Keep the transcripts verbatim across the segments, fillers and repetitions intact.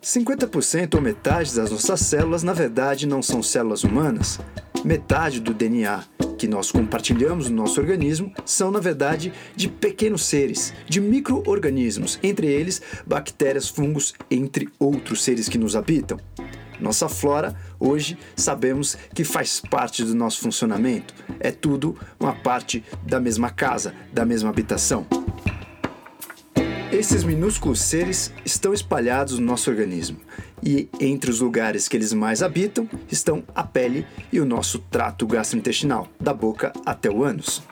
cinquenta por cento ou metade das nossas células, na verdade, não são células humanas. Metade do D N A que nós compartilhamos no nosso organismo são, na verdade, de pequenos seres, de micro-organismos, entre eles bactérias, fungos, entre outros seres que nos habitam. Nossa flora, hoje, sabemos que faz parte do nosso funcionamento. É tudo uma parte da mesma casa, da mesma habitação. Esses minúsculos seres estão espalhados no nosso organismo e entre os lugares que eles mais habitam estão a pele e o nosso trato gastrointestinal, da boca até o ânus.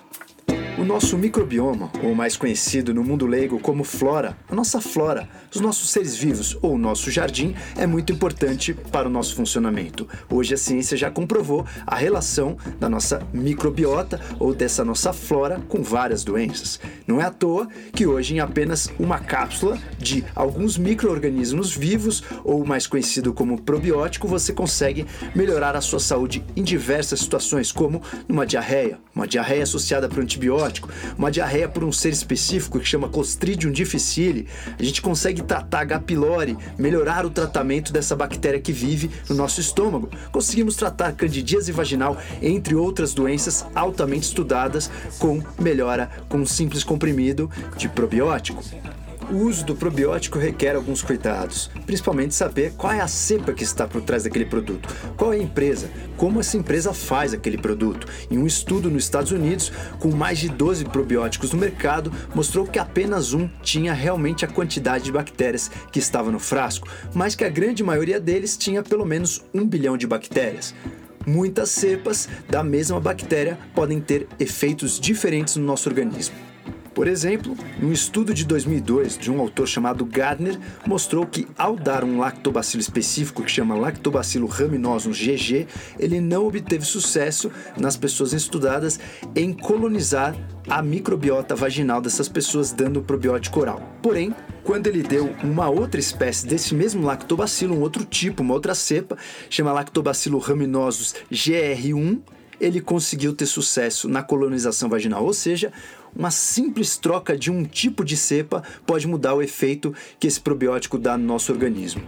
O nosso microbioma, ou mais conhecido no mundo leigo como flora, a nossa flora, os nossos seres vivos ou o nosso jardim é muito importante para o nosso funcionamento. Hoje a ciência já comprovou a relação da nossa microbiota ou dessa nossa flora com várias doenças. Não é à toa que hoje em apenas uma cápsula de alguns micro-organismos vivos, ou mais conhecido como probiótico, você consegue melhorar a sua saúde em diversas situações, como numa diarreia, uma diarreia associada para um antibiótico, uma diarreia por um ser específico que chama Clostridium difficile. A gente consegue tratar H. pylori, melhorar o tratamento dessa bactéria que vive no nosso estômago. Conseguimos tratar candidíase vaginal, entre outras doenças altamente estudadas, com melhora com um simples comprimido de probiótico. O uso do probiótico requer alguns cuidados, principalmente saber qual é a cepa que está por trás daquele produto, qual é a empresa, como essa empresa faz aquele produto. Em um estudo nos Estados Unidos, com mais de doze probióticos no mercado, mostrou que apenas um tinha realmente a quantidade de bactérias que estava no frasco, mas que a grande maioria deles tinha pelo menos um bilhão de bactérias. Muitas cepas da mesma bactéria podem ter efeitos diferentes no nosso organismo. Por exemplo, um estudo de dois mil e dois de um autor chamado Gardner mostrou que ao dar um lactobacilo específico que chama Lactobacillus rhamnosus G G, ele não obteve sucesso nas pessoas estudadas em colonizar a microbiota vaginal dessas pessoas dando probiótico oral. Porém, quando ele deu uma outra espécie desse mesmo lactobacilo, um outro tipo, uma outra cepa, chama Lactobacillus rhamnosus G R um, ele conseguiu ter sucesso na colonização vaginal, ou seja, uma simples troca de um tipo de cepa pode mudar o efeito que esse probiótico dá no nosso organismo.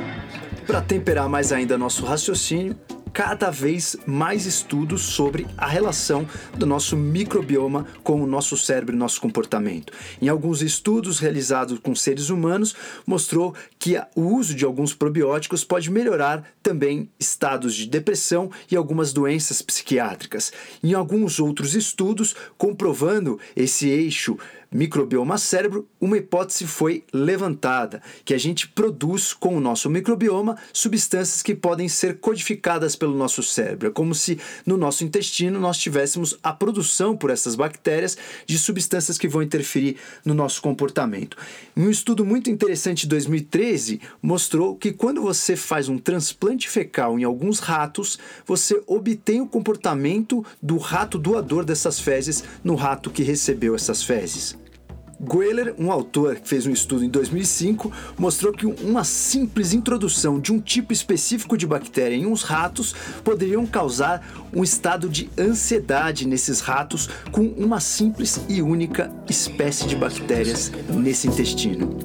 Para temperar mais ainda nosso raciocínio, cada vez mais estudos sobre a relação do nosso microbioma com o nosso cérebro e nosso comportamento. Em alguns estudos realizados com seres humanos, mostrou que o uso de alguns probióticos pode melhorar também estados de depressão e algumas doenças psiquiátricas. Em alguns outros estudos, comprovando esse eixo microbioma-cérebro, uma hipótese foi levantada, que a gente produz com o nosso microbioma substâncias que podem ser codificadas pelo nosso cérebro. É como se no nosso intestino nós tivéssemos a produção por essas bactérias de substâncias que vão interferir no nosso comportamento. Um estudo muito interessante de dois mil e treze mostrou que quando você faz um transplante fecal em alguns ratos, você obtém o comportamento do rato doador dessas fezes no rato que recebeu essas fezes. Goeller, um autor que fez um estudo em dois mil e cinco, mostrou que uma simples introdução de um tipo específico de bactéria em uns ratos poderiam causar um estado de ansiedade nesses ratos com uma simples e única espécie de bactérias nesse intestino.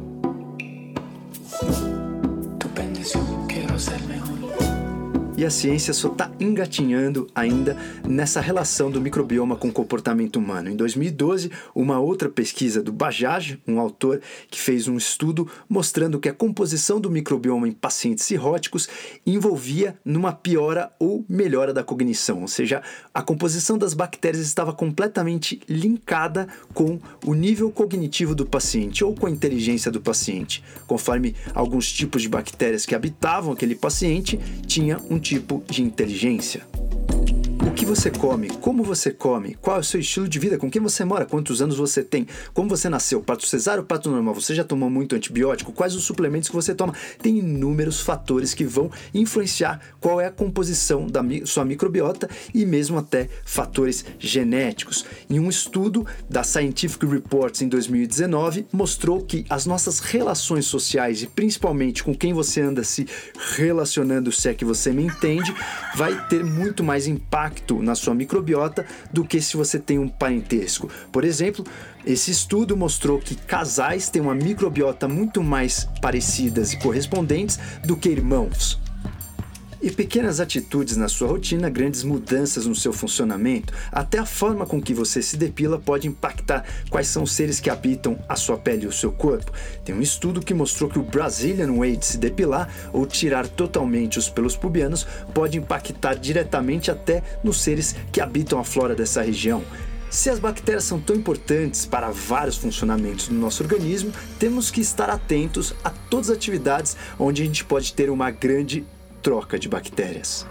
E a ciência só está engatinhando ainda nessa relação do microbioma com o comportamento humano. Em dois mil e doze, uma outra pesquisa do Bajaj, um autor que fez um estudo mostrando que a composição do microbioma em pacientes cirróticos envolvia numa piora ou melhora da cognição, ou seja, a composição das bactérias estava completamente linkada com o nível cognitivo do paciente ou com a inteligência do paciente. Conforme alguns tipos de bactérias que habitavam aquele paciente, tinha um tipo de inteligência. O que você come, como você come, qual é o seu estilo de vida, com quem você mora, quantos anos você tem, como você nasceu, parto cesáreo ou parto normal, você já tomou muito antibiótico, quais os suplementos que você toma. Tem inúmeros fatores que vão influenciar qual é a composição da mi- sua microbiota e mesmo até fatores genéticos. Em um estudo da Scientific Reports em dois mil e dezenove, mostrou que as nossas relações sociais e principalmente com quem você anda se relacionando, se é que você me entende, vai ter muito mais impacto impacto na sua microbiota do que se você tem um parentesco. Por exemplo, esse estudo mostrou que casais têm uma microbiota muito mais parecidas e correspondentes do que irmãos. E pequenas atitudes na sua rotina, grandes mudanças no seu funcionamento, até a forma com que você se depila pode impactar quais são os seres que habitam a sua pele e o seu corpo. Tem um estudo que mostrou que o Brazilian Way de se depilar ou tirar totalmente os pelos pubianos pode impactar diretamente até nos seres que habitam a flora dessa região. Se as bactérias são tão importantes para vários funcionamentos do nosso organismo, temos que estar atentos a todas as atividades onde a gente pode ter uma grande troca de bactérias.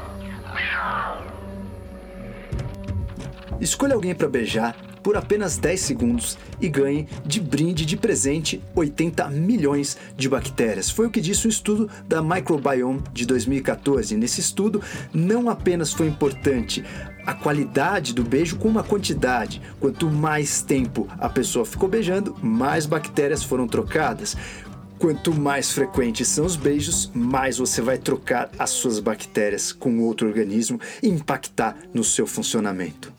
Escolha alguém para beijar por apenas dez segundos e ganhe de brinde de presente oitenta milhões de bactérias. Foi o que disse o estudo da Microbiome de dois mil e quatorze. Nesse estudo, não apenas foi importante a qualidade do beijo, como a quantidade. Quanto mais tempo a pessoa ficou beijando, mais bactérias foram trocadas. Quanto mais frequentes são os beijos, mais você vai trocar as suas bactérias com outro organismo e impactar no seu funcionamento.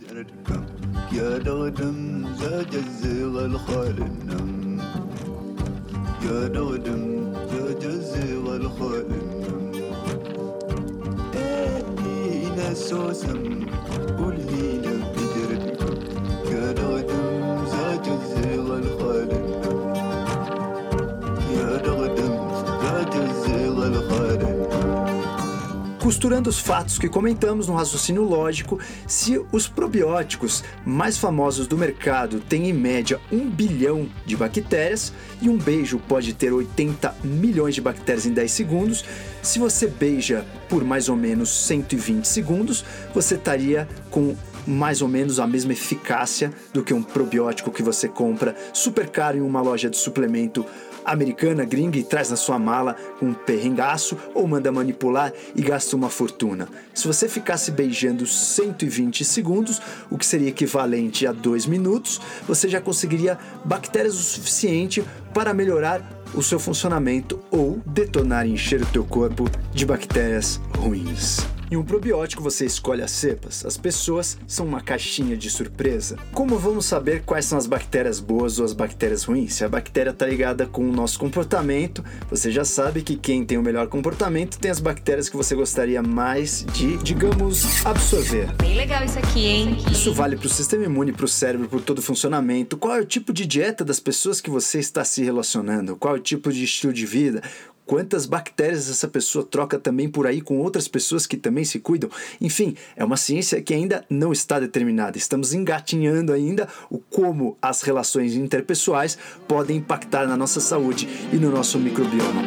Costurando os fatos que comentamos no raciocínio lógico, se os probióticos mais famosos do mercado têm em média um bilhão de bactérias e um beijo pode ter oitenta milhões de bactérias em dez segundos, se você beija por mais ou menos cento e vinte segundos, você estaria com mais ou menos a mesma eficácia do que um probiótico que você compra super caro em uma loja de suplemento americana, gringa, e traz na sua mala com um perrengaço ou manda manipular e gasta uma fortuna. Se você ficasse beijando cento e vinte segundos, o que seria equivalente a dois minutos, você já conseguiria bactérias o suficiente para melhorar o seu funcionamento ou detonar e encher o teu corpo de bactérias ruins. Em um probiótico você escolhe as cepas, as pessoas são uma caixinha de surpresa. Como vamos saber quais são as bactérias boas ou as bactérias ruins? Se a bactéria está ligada com o nosso comportamento, você já sabe que quem tem o melhor comportamento tem as bactérias que você gostaria mais de, digamos, absorver. Bem legal isso aqui, hein? Isso vale para o sistema imune, para o cérebro, para todo o funcionamento. Qual é o tipo de dieta das pessoas que você está se relacionando? Qual é o tipo de estilo de vida? Quantas bactérias essa pessoa troca também por aí com outras pessoas que também se cuidam? Enfim, é uma ciência que ainda não está determinada. Estamos engatinhando ainda o como as relações interpessoais podem impactar na nossa saúde e no nosso microbioma.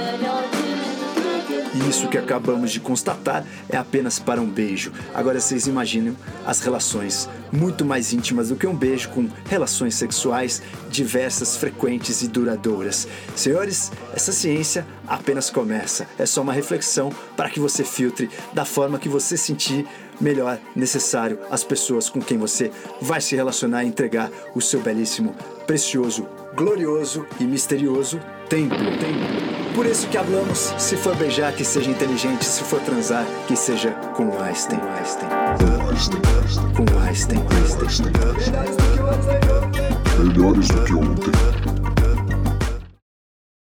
E isso que acabamos de constatar é apenas para um beijo. Agora vocês imaginam as relações muito mais íntimas do que um beijo, com relações sexuais diversas, frequentes e duradouras. Senhores, essa ciência apenas começa. É só uma reflexão para que você filtre da forma que você sentir melhor necessário as pessoas com quem você vai se relacionar e entregar o seu belíssimo, precioso, glorioso e misterioso templo. templo. Por isso que hablamos, se for beijar, que seja inteligente, se for transar, que seja com Einstein. Einstein. Com Einstein. Einstein. Melhores do que ontem.